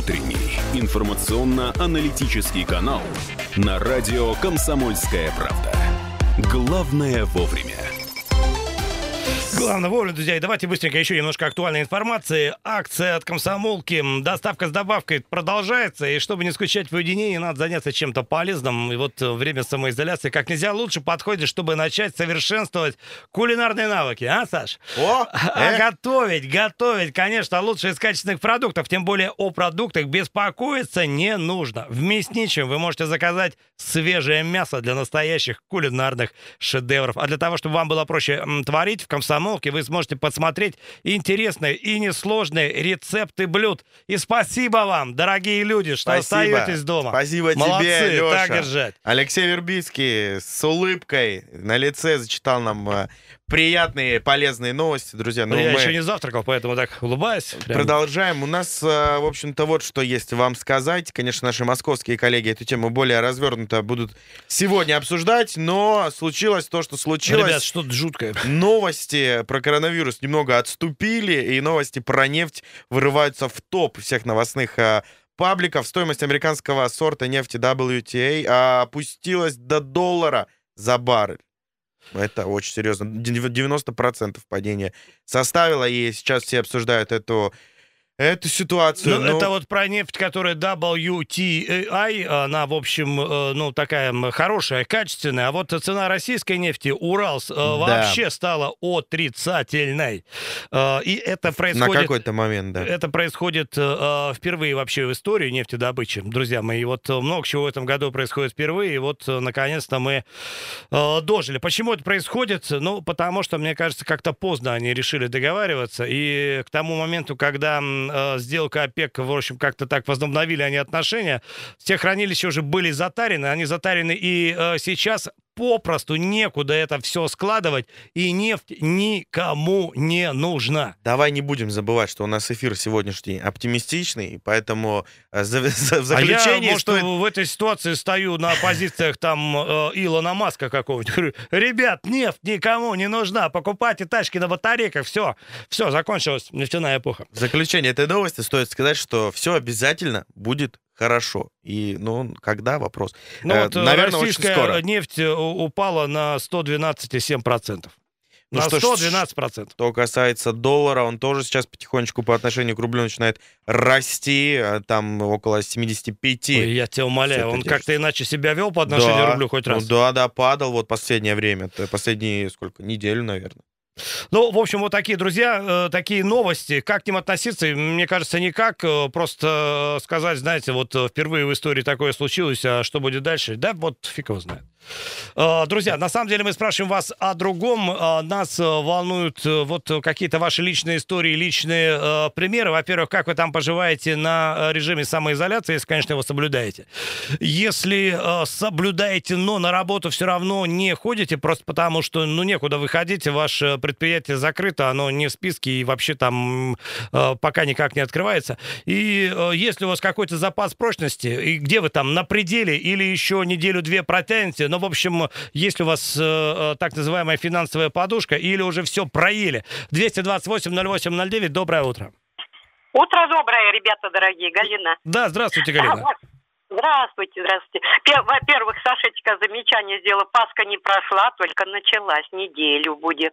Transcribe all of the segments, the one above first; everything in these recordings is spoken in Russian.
утренний информационно-аналитический канал на радио «Комсомольская правда». Главное вовремя. Главное вовремя, друзья. И давайте быстренько еще немножко актуальной информации. Акция от комсомолки «Доставка с добавкой» продолжается. И чтобы не скучать в уединении, надо заняться чем-то полезным. И вот время самоизоляции как нельзя лучше подходит, чтобы начать совершенствовать кулинарные навыки. А, Саш? Готовить, конечно, лучше из качественных продуктов. Тем более о продуктах беспокоиться не нужно. В Мясничем вы можете заказать свежее мясо для настоящих кулинарных шедевров. А для того, чтобы вам было проще творить, в комсомолке вы сможете подсмотреть интересные и несложные рецепты блюд. И спасибо вам, дорогие люди, что остаетесь дома. Спасибо Молодцы, тебе, Леша. так держать. Алексей Вербицкий с улыбкой на лице зачитал нам приятные, полезные новости, друзья. Я еще не завтракал, поэтому так улыбаюсь. Продолжаем. У нас, в общем-то, вот что есть вам сказать. Конечно, наши московские коллеги эту тему более развернуто будут сегодня обсуждать, но случилось то, что случилось. Ребят, что-то жуткое. Новости про коронавирус немного отступили, и новости про нефть вырываются в топ всех новостных пабликов. Стоимость американского сорта нефти WTI опустилась до $1 за баррель. Это очень серьезно. 90% падения составило, и сейчас все обсуждают эту ситуацию. Это вот про нефть, которая WTI, она, в общем, такая хорошая, качественная. А вот цена российской нефти, Уралс, вообще стала отрицательной. И это происходит... На какой-то момент, да. Это происходит впервые вообще в истории нефтедобычи, друзья мои. Вот много чего в этом году происходит впервые, и вот, наконец-то, мы дожили. Почему это происходит? Ну, потому что, мне кажется, как-то поздно они решили договариваться, и к тому моменту, когда сделка ОПЕК, в общем, как-то так возобновили они отношения. Все хранилища уже были затарены, они затарены, и сейчас попросту некуда это все складывать, и нефть никому не нужна. Давай не будем забывать, что у нас эфир сегодняшний оптимистичный, поэтому в заключение... Может, в этой ситуации стою на позициях там Илона Маска какого-нибудь. Говорю, ребят, нефть никому не нужна, покупайте тачки на батарейках, все, закончилась нефтяная эпоха. В заключение этой новости стоит сказать, что все обязательно будет хорошо. И, когда? Вопрос. Наверное, российская очень скоро. Нефть упала на 112,7%. На 112%. Что касается доллара, он тоже сейчас потихонечку по отношению к рублю начинает расти, там около 75. Ой, я тебя умоляю, он как-то иначе себя вел по отношению к рублю хоть раз? Да, падал вот последнее время, последние неделю, наверное. В общем, вот такие, друзья, такие новости. Как к ним относиться? Мне кажется, никак. Просто сказать, знаете, вот впервые в истории такое случилось, а что будет дальше? Да, вот фиг его знает. Друзья, на самом деле мы спрашиваем вас о другом. Нас волнуют вот какие-то ваши личные истории, личные примеры. Во-первых, как вы там поживаете на режиме самоизоляции, если, конечно, его соблюдаете. Если соблюдаете, но на работу все равно не ходите, просто потому что, некуда выходить, ваше предприятие закрыто, оно не в списке и вообще там пока никак не открывается. И если у вас какой-то запас прочности, и где вы там на пределе или еще неделю-две протянете, в общем, есть ли у вас так называемая финансовая подушка или уже все проели? 228-08-09, доброе утро. Утро доброе, ребята дорогие. Галина. Да, здравствуйте, Галина. Здравствуйте. Во-первых, Сашечка замечание сделала. Пасха не прошла, только началась. Неделю будет.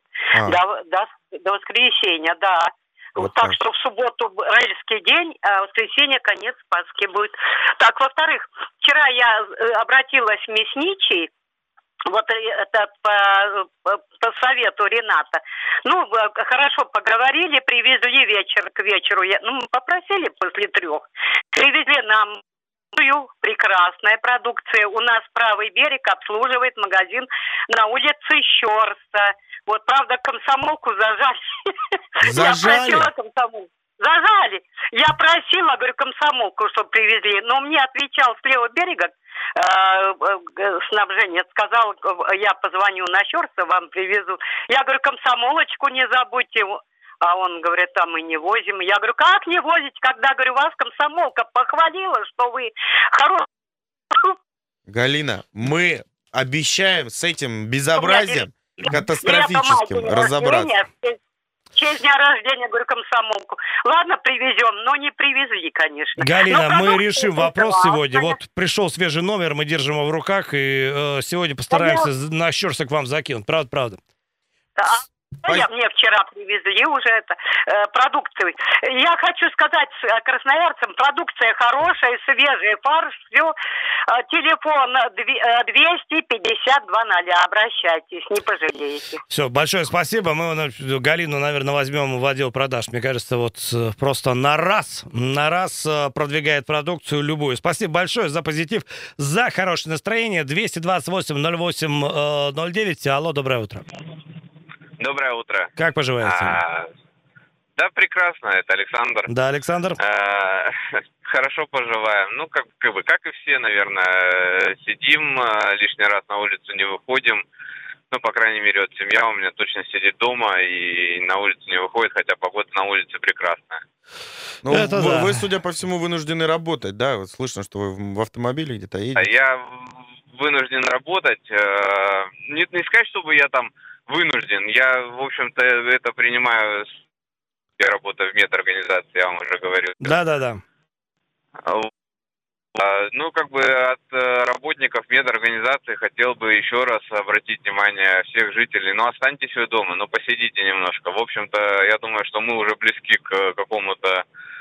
До воскресенья, да. Вот так что в субботу райский день, а в воскресенье конец Пасхи будет. Так, во-вторых, вчера я обратилась в Мясничий, вот это по совету Рената. Хорошо поговорили, привезли к вечеру. Попросили после 3. Привезли нам прекрасная продукция. У нас правый берег обслуживает магазин на улице Щорса. Вот, правда, комсомолку зажали. Зажали? Я просила комсомолку. Зажали. Я просила, говорю, комсомолку, чтобы привезли. Но мне отвечал с левого берега снабжение. Сказал, я позвоню на Щорса, вам привезут. Я говорю, комсомолочку не забудьте. А он говорит, а мы не возим. Я говорю, как не возите, когда, говорю, вас комсомолка похвалила, что вы хороший. Галина, мы обещаем с этим безобразием катастрофическим разобраться. В честь дня рождения, говорю, комсомолку. Ладно, привезем, но не привезли, конечно. Галина, мы решим вопрос сегодня. Вот пришел свежий номер, мы держим его в руках, и сегодня постараемся на щёрса к вам закинуть. Правда. Мне вчера привезли уже продукцию. Я хочу сказать красноярцам, продукция хорошая, свежая, фарш, все. Телефон 250-00. Обращайтесь, не пожалеете. Все, большое спасибо. Мы Галину, наверное, возьмем в отдел продаж. Мне кажется, вот просто на раз продвигает продукцию любую. Спасибо большое за позитив, за хорошее настроение. 228-08-09. Алло, доброе утро. Доброе утро. Как поживаете? Да, прекрасно, это Александр. Да, Александр. Хорошо поживаем. Ну, как и все, наверное, сидим, лишний раз на улицу не выходим. Ну, по крайней мере, вот семья у меня точно сидит дома и на улицу не выходит, хотя погода на улице прекрасная. Ну, вы, судя по всему, вынуждены работать, да? Вот слышно, что вы в автомобиле где-то едете. Я вынужден работать. Не сказать, чтобы я там вынужден. Я, в общем-то, это принимаю. Я работаю в медорганизации, я вам уже говорил. Да. Ну, от работников медорганизации хотел бы еще раз обратить внимание всех жителей. Ну, останьтесь вы дома, посидите немножко. В общем-то, я думаю, что мы уже близки к какому-то,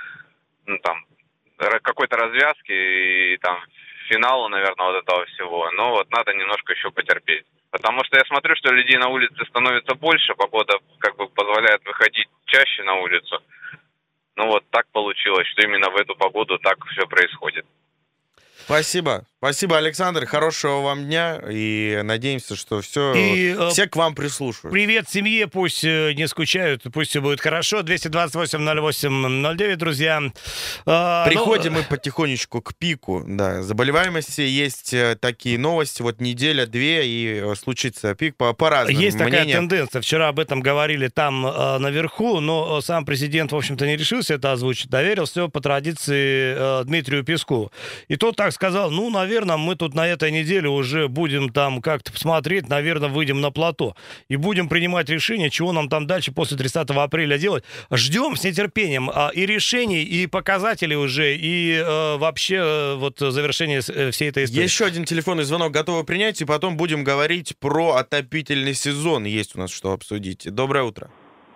какой-то развязке и финалу, наверное, вот этого всего. Но вот надо немножко еще потерпеть. Потому что я смотрю, что людей на улице становится больше, погода позволяет выходить чаще на улицу. Ну вот так получилось, что именно в эту погоду так все происходит. Спасибо, Александр, хорошего вам дня, и надеемся, что все к вам прислушаются. Привет семье, пусть не скучают, пусть все будет хорошо. 228-08-09, друзья. Приходим мы потихонечку к пику, да, заболеваемости. Есть такие новости, вот неделя-две, и случится пик по разным Есть мнениям. такая тенденция, вчера об этом говорили там наверху, но сам президент, в общем-то, не решился это озвучить, доверил все по традиции Дмитрию Пескову. И тот так сказал, наверное, мы тут на этой неделе уже будем там как-то посмотреть, наверное, выйдем на плато и будем принимать решение, чего нам там дальше после 30 апреля делать. Ждем с нетерпением и решений, и показателей уже, и вообще вот завершение всей этой истории. Еще один телефонный звонок готовы принять, и потом будем говорить про отопительный сезон. Есть у нас что обсудить. Доброе утро.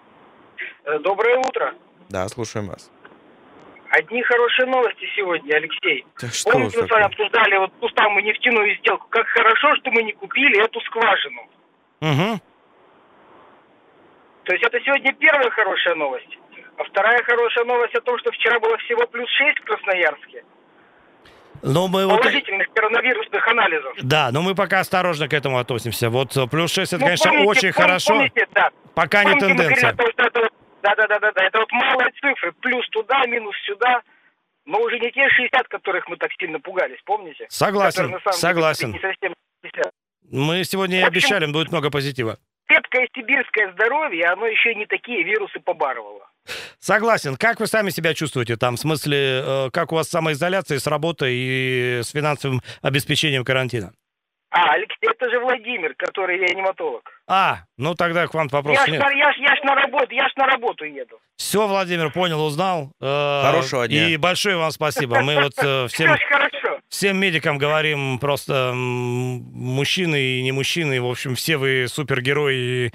Доброе утро. Да, слушаем вас. Одни хорошие новости сегодня, Алексей. Помните, мы с вами обсуждали ту самую нефтяную сделку. Как хорошо, что мы не купили эту скважину. Угу. То есть это сегодня первая хорошая новость. А вторая хорошая новость о том, что вчера было всего +6 в Красноярске. Положительных коронавирусных анализов. Да, но мы пока осторожно к этому относимся. Вот +6 это, конечно, очень хорошо. Помните, да. Пока не тенденция. Да, это вот малые цифры, плюс туда, минус сюда, но уже не те 60, которых мы так сильно пугались, помните? Согласен. Не совсем 60. Мы сегодня и обещали, будет много позитива. Крепкое сибирское здоровье, оно еще не такие вирусы побарывало. Согласен. Как вы сами себя чувствуете там? В смысле, как у вас с самоизоляцией, с работой и с финансовым обеспечением карантина? Алексей, это же Владимир, который реаниматолог. Тогда к вам вопрос нет. Я ж на работу еду. Все, Владимир, понял, узнал. Хорошего дня. И большое вам спасибо. Мы вот всем медикам говорим просто мужчины и не мужчины. В общем, все вы супергерои.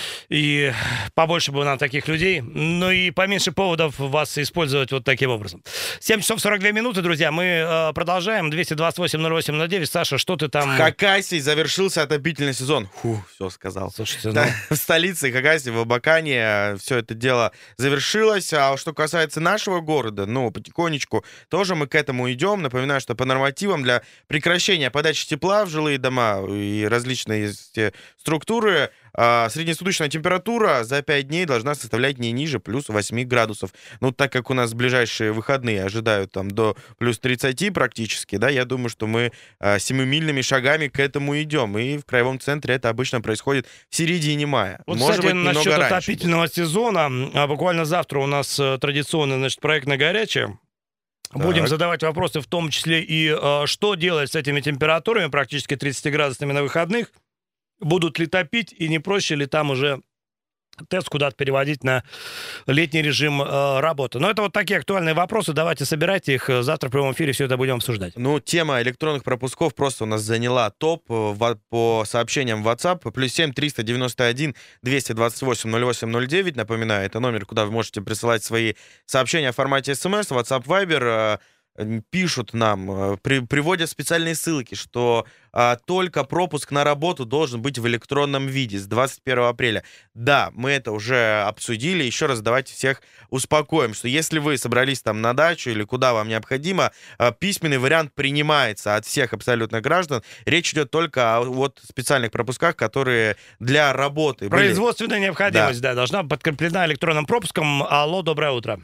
И побольше бы нам таких людей. Ну и поменьше поводов вас использовать вот таким образом. 7 часов 42 минуты, друзья. Мы продолжаем. 228-08-09. Саша, что ты там... В Хакасии завершился отопительный сезон. Все сказал. Слушайте, в столице Хакасии, в Абакане, все это дело завершилось. А что касается нашего города, потихонечку тоже мы к этому идем. Напоминаю, что по нормативам для прекращения подачи тепла в жилые дома и различные структуры среднесуточная температура за 5 дней должна составлять не ниже +8 градусов. Так как у нас ближайшие выходные ожидают до +30 практически, да, я думаю, что мы семимильными шагами к этому идем. И в краевом центре это обычно происходит в середине мая. Вот, может кстати, быть, насчет немного отопительного сезона, буквально завтра у нас традиционный, проект «На горячее». Будем задавать вопросы, в том числе и что делать с этими температурами, практически 30-градусными на выходных. Будут ли топить, и не проще ли там уже тест куда-то переводить на летний режим работы. Но это вот такие актуальные вопросы. Давайте собирайте их. Завтра в прямом эфире все это будем обсуждать. Ну, тема электронных пропусков просто у нас заняла топ по сообщениям в WhatsApp. +7 391 228 08 09. Напоминаю, это номер, куда вы можете присылать свои сообщения в формате смс. WhatsApp, Viber. Пишут нам, приводят специальные ссылки, что только пропуск на работу должен быть в электронном виде с 21 апреля. Да, мы это уже обсудили. Еще раз давайте всех успокоим, что если вы собрались там на дачу или куда вам необходимо, письменный вариант принимается от всех абсолютно граждан. Речь идет только о вот специальных пропусках, которые для работы. Производственная необходимость, да, должна быть подкреплена электронным пропуском. Алло, доброе утро.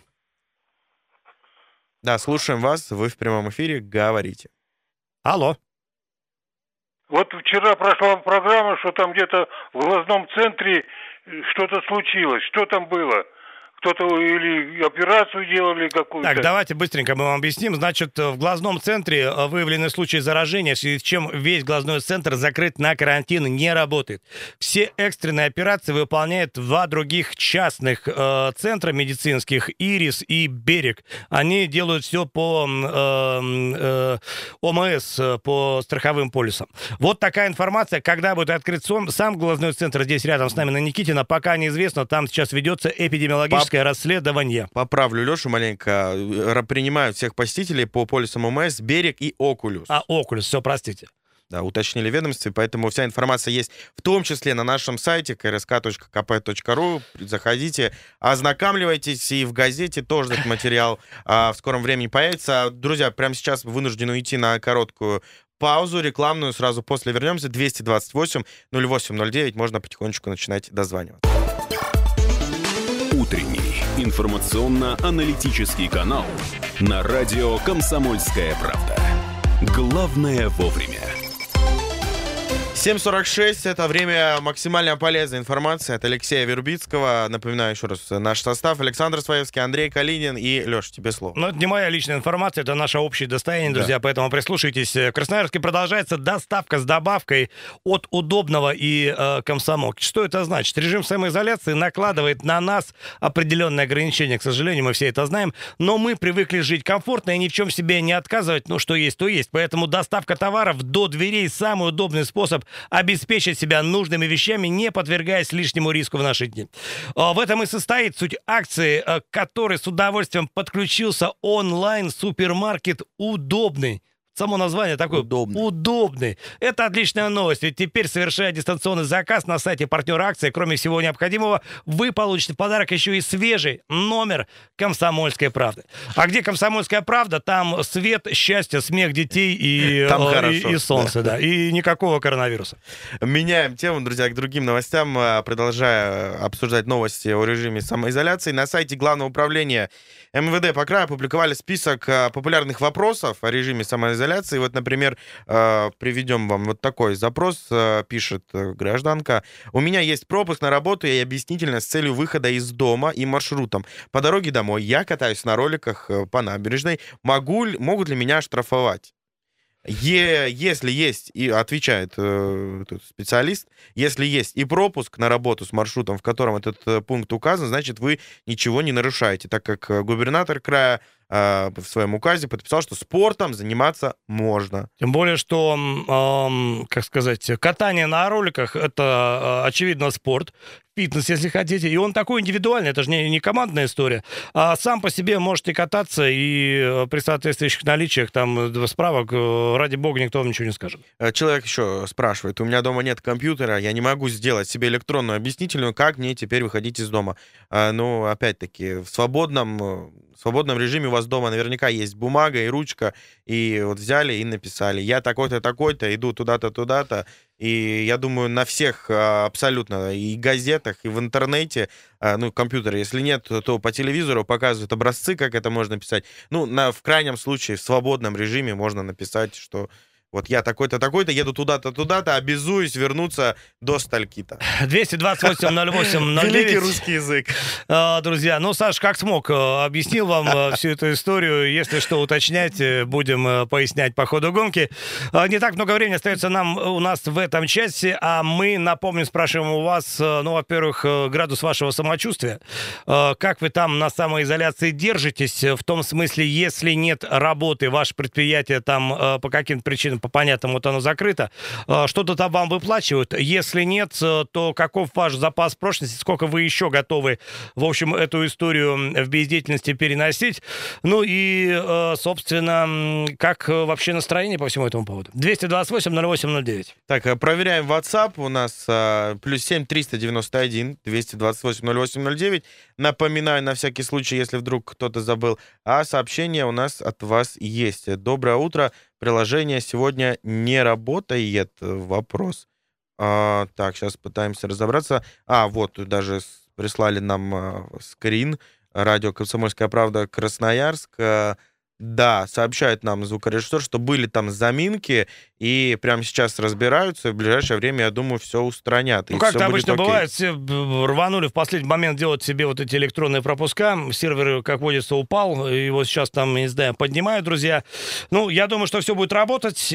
Да, слушаем вас, вы в прямом эфире, говорите. Алло. Вот вчера прошла программа, что там где-то в глазном центре что-то случилось. Что там было? Кто-то или операцию делали какую-то. Так, давайте быстренько мы вам объясним. Значит, в глазном центре выявлены случаи заражения, в связи с чем весь глазной центр закрыт на карантин, не работает. Все экстренные операции выполняют два других частных центра медицинских, «Ирис» и «Берег». Они делают все по ОМС, по страховым полисам. Вот такая информация. Когда будет открыт сам глазной центр, здесь рядом с нами на Никитина, пока неизвестно. Там сейчас ведется эпидемиологическое расследование. Поправлю Лешу маленько. Принимают всех посетителей по полисам ОМС «Берег» и «Окулюс». «Окулюс», все, простите. Да, уточнили ведомстве, поэтому вся информация есть в том числе на нашем сайте krsk.kp.ru. Заходите, ознакомливайтесь, и в газете тоже этот материал в скором времени появится. Друзья, прямо сейчас вынуждены уйти на короткую паузу рекламную. Сразу после вернемся. 228 08 09. Можно потихонечку начинать дозваниваться. Утренний информационно-аналитический канал на радио «Комсомольская правда». Главное вовремя. 7:46. Это время максимально полезной информации от Алексея Вербицкого. Напоминаю еще раз наш состав. Александр Своевский, Андрей Калинин и Леша, тебе слово. Но это не моя личная информация, это наше общее достояние, друзья, да. Поэтому прислушайтесь. В Красноярске продолжается доставка с добавкой от Удобного и Комсомолки. Что это значит? Режим самоизоляции накладывает на нас определенные ограничения. К сожалению, мы все это знаем. Но мы привыкли жить комфортно и ни в чем себе не отказывать. Ну, что есть, то есть. Поэтому доставка товаров до дверей — самый удобный способ обеспечить себя нужными вещами, не подвергаясь лишнему риску в наши дни. В этом и состоит суть акции, к которой с удовольствием подключился онлайн-супермаркет «Удобный». Само название такое удобный. Это отличная новость, ведь теперь, совершая дистанционный заказ на сайте партнера акции, кроме всего необходимого, вы получите в подарок еще и свежий номер «Комсомольской правды». А где «Комсомольская правда», там свет, счастье, смех детей и солнце, да, и никакого коронавируса. Меняем тему, друзья, к другим новостям, продолжая обсуждать новости о режиме самоизоляции. На сайте Главного управления МВД по краю опубликовали список популярных вопросов о режиме самоизоляции. Вот, например, приведем вам вот такой запрос, пишет гражданка. У меня есть пропуск на работу и объяснительно с целью выхода из дома и маршрутом. По дороге домой я катаюсь на роликах по набережной. Могут ли меня оштрафовать? Если есть, и отвечает тут специалист, если есть и пропуск на работу с маршрутом, в котором этот пункт указан, значит, вы ничего не нарушаете, так как губернатор края в своем указе подписал, что спортом заниматься можно. Тем более, что, как сказать, катание на роликах — это, очевидно, спорт, фитнес, если хотите, и он такой индивидуальный, это же не командная история. А сам по себе можете кататься, и при соответствующих наличиях там справок, ради бога, никто вам ничего не скажет. Человек еще спрашивает: у меня дома нет компьютера, я не могу сделать себе электронную объяснительную, как мне теперь выходить из дома? Ну, опять-таки, в свободном режиме у вас дома наверняка есть бумага и ручка, и вот взяли и написали: я такой-то, такой-то, иду туда-то, туда-то. И я думаю, на всех абсолютно и газетах, и в интернете, ну, компьютера, если нет, то по телевизору показывают образцы, как это можно писать. Ну, в крайнем случае, в свободном режиме можно написать, что вот я такой-то, такой-то, еду туда-то, туда-то, обязуюсь вернуться до стальки-то. 228-08-09. Великий русский язык. Друзья, ну, Саш, как смог, объяснил вам всю эту историю. Если что уточнять, будем пояснять по ходу гонки. Не так много времени остается у нас в этом часе, а мы, напомним, спрашиваем у вас, ну, во-первых, градус вашего самочувствия. Как вы там на самоизоляции держитесь? В том смысле, если нет работы, ваше предприятие там по каким-то причинам, по понятным, вот оно закрыто, что-то там вам выплачивают? Если нет, то каков ваш запас прочности? Сколько вы еще готовы, в общем, эту историю в бездеятельности переносить? Ну и, собственно, как вообще настроение по всему этому поводу? 228-08-09. Так, проверяем WhatsApp. У нас +7 391 228 08-09. Напоминаю на всякий случай, если вдруг кто-то забыл. А сообщение у нас от вас есть. Доброе утро. Приложение сегодня не работает. Вопрос. Так, сейчас пытаемся разобраться. Вот, даже прислали нам скрин. Радио «Комсомольская правда» Красноярск. Да, сообщает нам звукорежиссер, что были там заминки, и прямо сейчас разбираются, и в ближайшее время, я думаю, все устранят. Ну, как это обычно бывает, все рванули в последний момент делать себе вот эти электронные пропуска, сервер, как водится, упал, его сейчас там, не знаю, поднимают, друзья. Ну, я думаю, что все будет работать,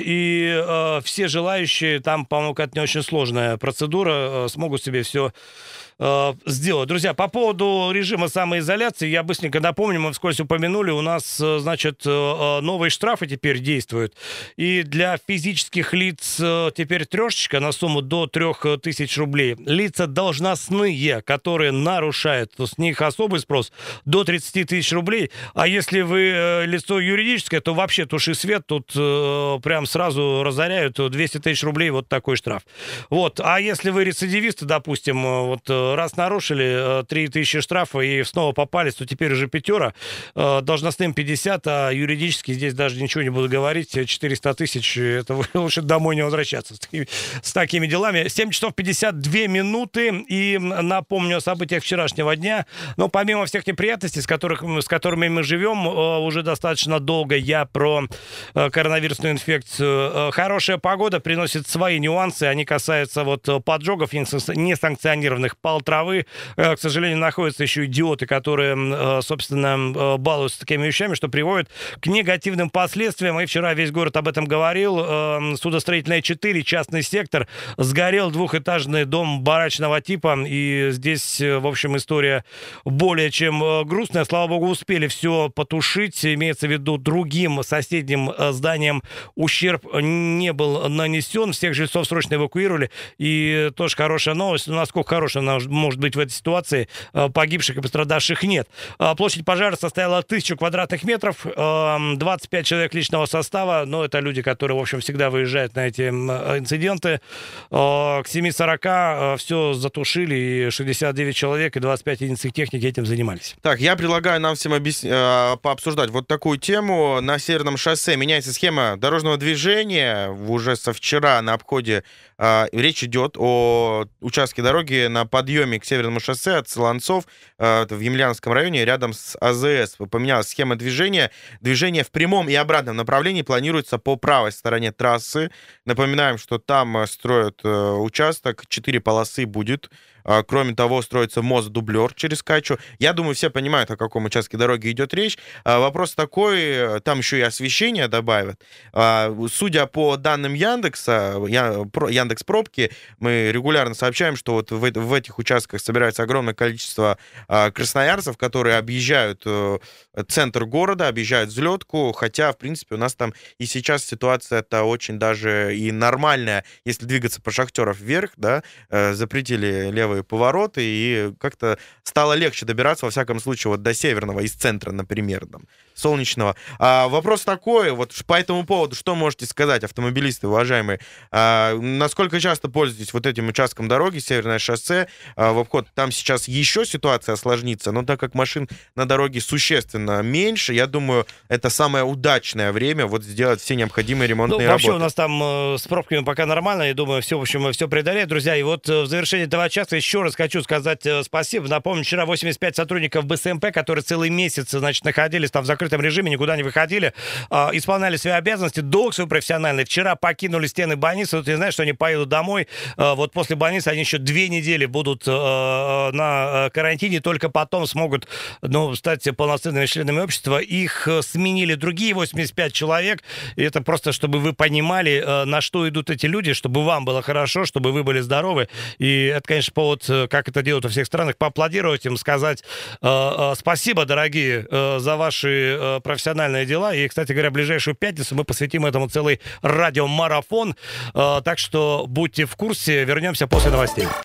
и все желающие, там, по-моему, какая-то не очень сложная процедура, смогут себе все сделать. Друзья, по поводу режима самоизоляции, я быстренько напомню, мы вскользь упомянули, у нас, значит, новые штрафы теперь действуют. И для физических лиц теперь трешечка на сумму до 3000 рублей. Лица должностные, которые нарушают, то с них особый спрос до 30 тысяч рублей. А если вы лицо юридическое, то вообще туши свет, тут прям сразу разоряют 200 тысяч рублей, вот такой штраф. Вот. А если вы рецидивисты, допустим, вот раз нарушили 3000 штрафа и снова попались, то теперь уже 5, должностным 50, а юридически здесь даже ничего не буду говорить, 400 тысяч, это вы лучше домой не возвращаться с такими делами. 7 часов 52 минуты, и напомню о событиях вчерашнего дня. Но помимо всех неприятностей, с которыми мы живем уже достаточно долго, я про коронавирусную инфекцию. Хорошая погода приносит свои нюансы, они касаются вот поджогов несанкционированных, пал травы. К сожалению, находятся еще идиоты, которые, собственно, балуются такими вещами, что приводит к негативным последствиям. И вчера весь город об этом говорил. Судостроительная 4, частный сектор. Сгорел двухэтажный дом барачного типа. И здесь, в общем, история более чем грустная. Слава богу, успели все потушить. Имеется в виду, другим соседним зданиям ущерб не был нанесен. Всех жильцов срочно эвакуировали. И тоже хорошая новость. Насколько хорошая она может быть в этой ситуации, погибших и пострадавших нет. Площадь пожара составила 1000 квадратных метров, 25 человек личного состава, но это люди, которые, в общем, всегда выезжают на эти инциденты. К 7:40 все затушили, и 69 человек и 25 единиц техники этим занимались. Так, я предлагаю нам всем пообсуждать вот такую тему. На Северном шоссе меняется схема дорожного движения. Уже со вчера на обходе речь идет о участке дороги на подъеме к Северному шоссе от Солонцов в Емельяновском районе рядом с АЗС. Поменялась схема движения. Движение в прямом и обратном направлении планируется по правой стороне трассы. Напоминаем, что там строят участок, 4 полосы будет. Кроме того, строится мост-дублер через Качу. Я думаю, все понимают, о каком участке дороги идет речь. Вопрос такой, там еще и освещение добавят. Судя по данным Яндекса, Яндекс.Пробки, мы регулярно сообщаем, что вот в этих участках собирается огромное количество красноярцев, которые объезжают центр города, объезжают взлетку, хотя, в принципе, у нас там и сейчас ситуация-то очень даже и нормальная, если двигаться по Шахтеров вверх, да, запретили левые повороты, и как-то стало легче добираться, во всяком случае, вот до Северного, из центра, например, там, Солнечного. Вопрос такой, вот по этому поводу, что можете сказать, автомобилисты, уважаемые? Насколько часто пользуетесь вот этим участком дороги, Северное шоссе, в обход? Там сейчас еще ситуация осложнится, но так как машин на дороге существенно меньше, я думаю, это самое удачное время вот сделать все необходимые ремонтные работы. Вообще у нас там с пробками пока нормально, я думаю, все, в общем, все преодолеет. Друзья, и вот в завершении этого часа еще раз хочу сказать спасибо. Напомню, вчера 85 сотрудников БСМП, которые целый месяц, значит, находились там в закрытом режиме, никуда не выходили, исполняли свои обязанности, долг свой профессиональный. Вчера покинули стены больницы. Вот я знаю, что они поедут домой. Вот после больницы они еще 2 недели будут на карантине, только потом смогут, ну, стать полноценными членами общества. Их сменили другие 85 человек. И это просто, чтобы вы понимали, на что идут эти люди, чтобы вам было хорошо, чтобы вы были здоровы. И это, конечно, повод, как это делают во всех странах, поаплодировать им, сказать спасибо, дорогие, за ваши профессиональные дела. И, кстати говоря, в ближайшую пятницу мы посвятим этому целый радиомарафон. Так что будьте в курсе. Вернемся после новостей.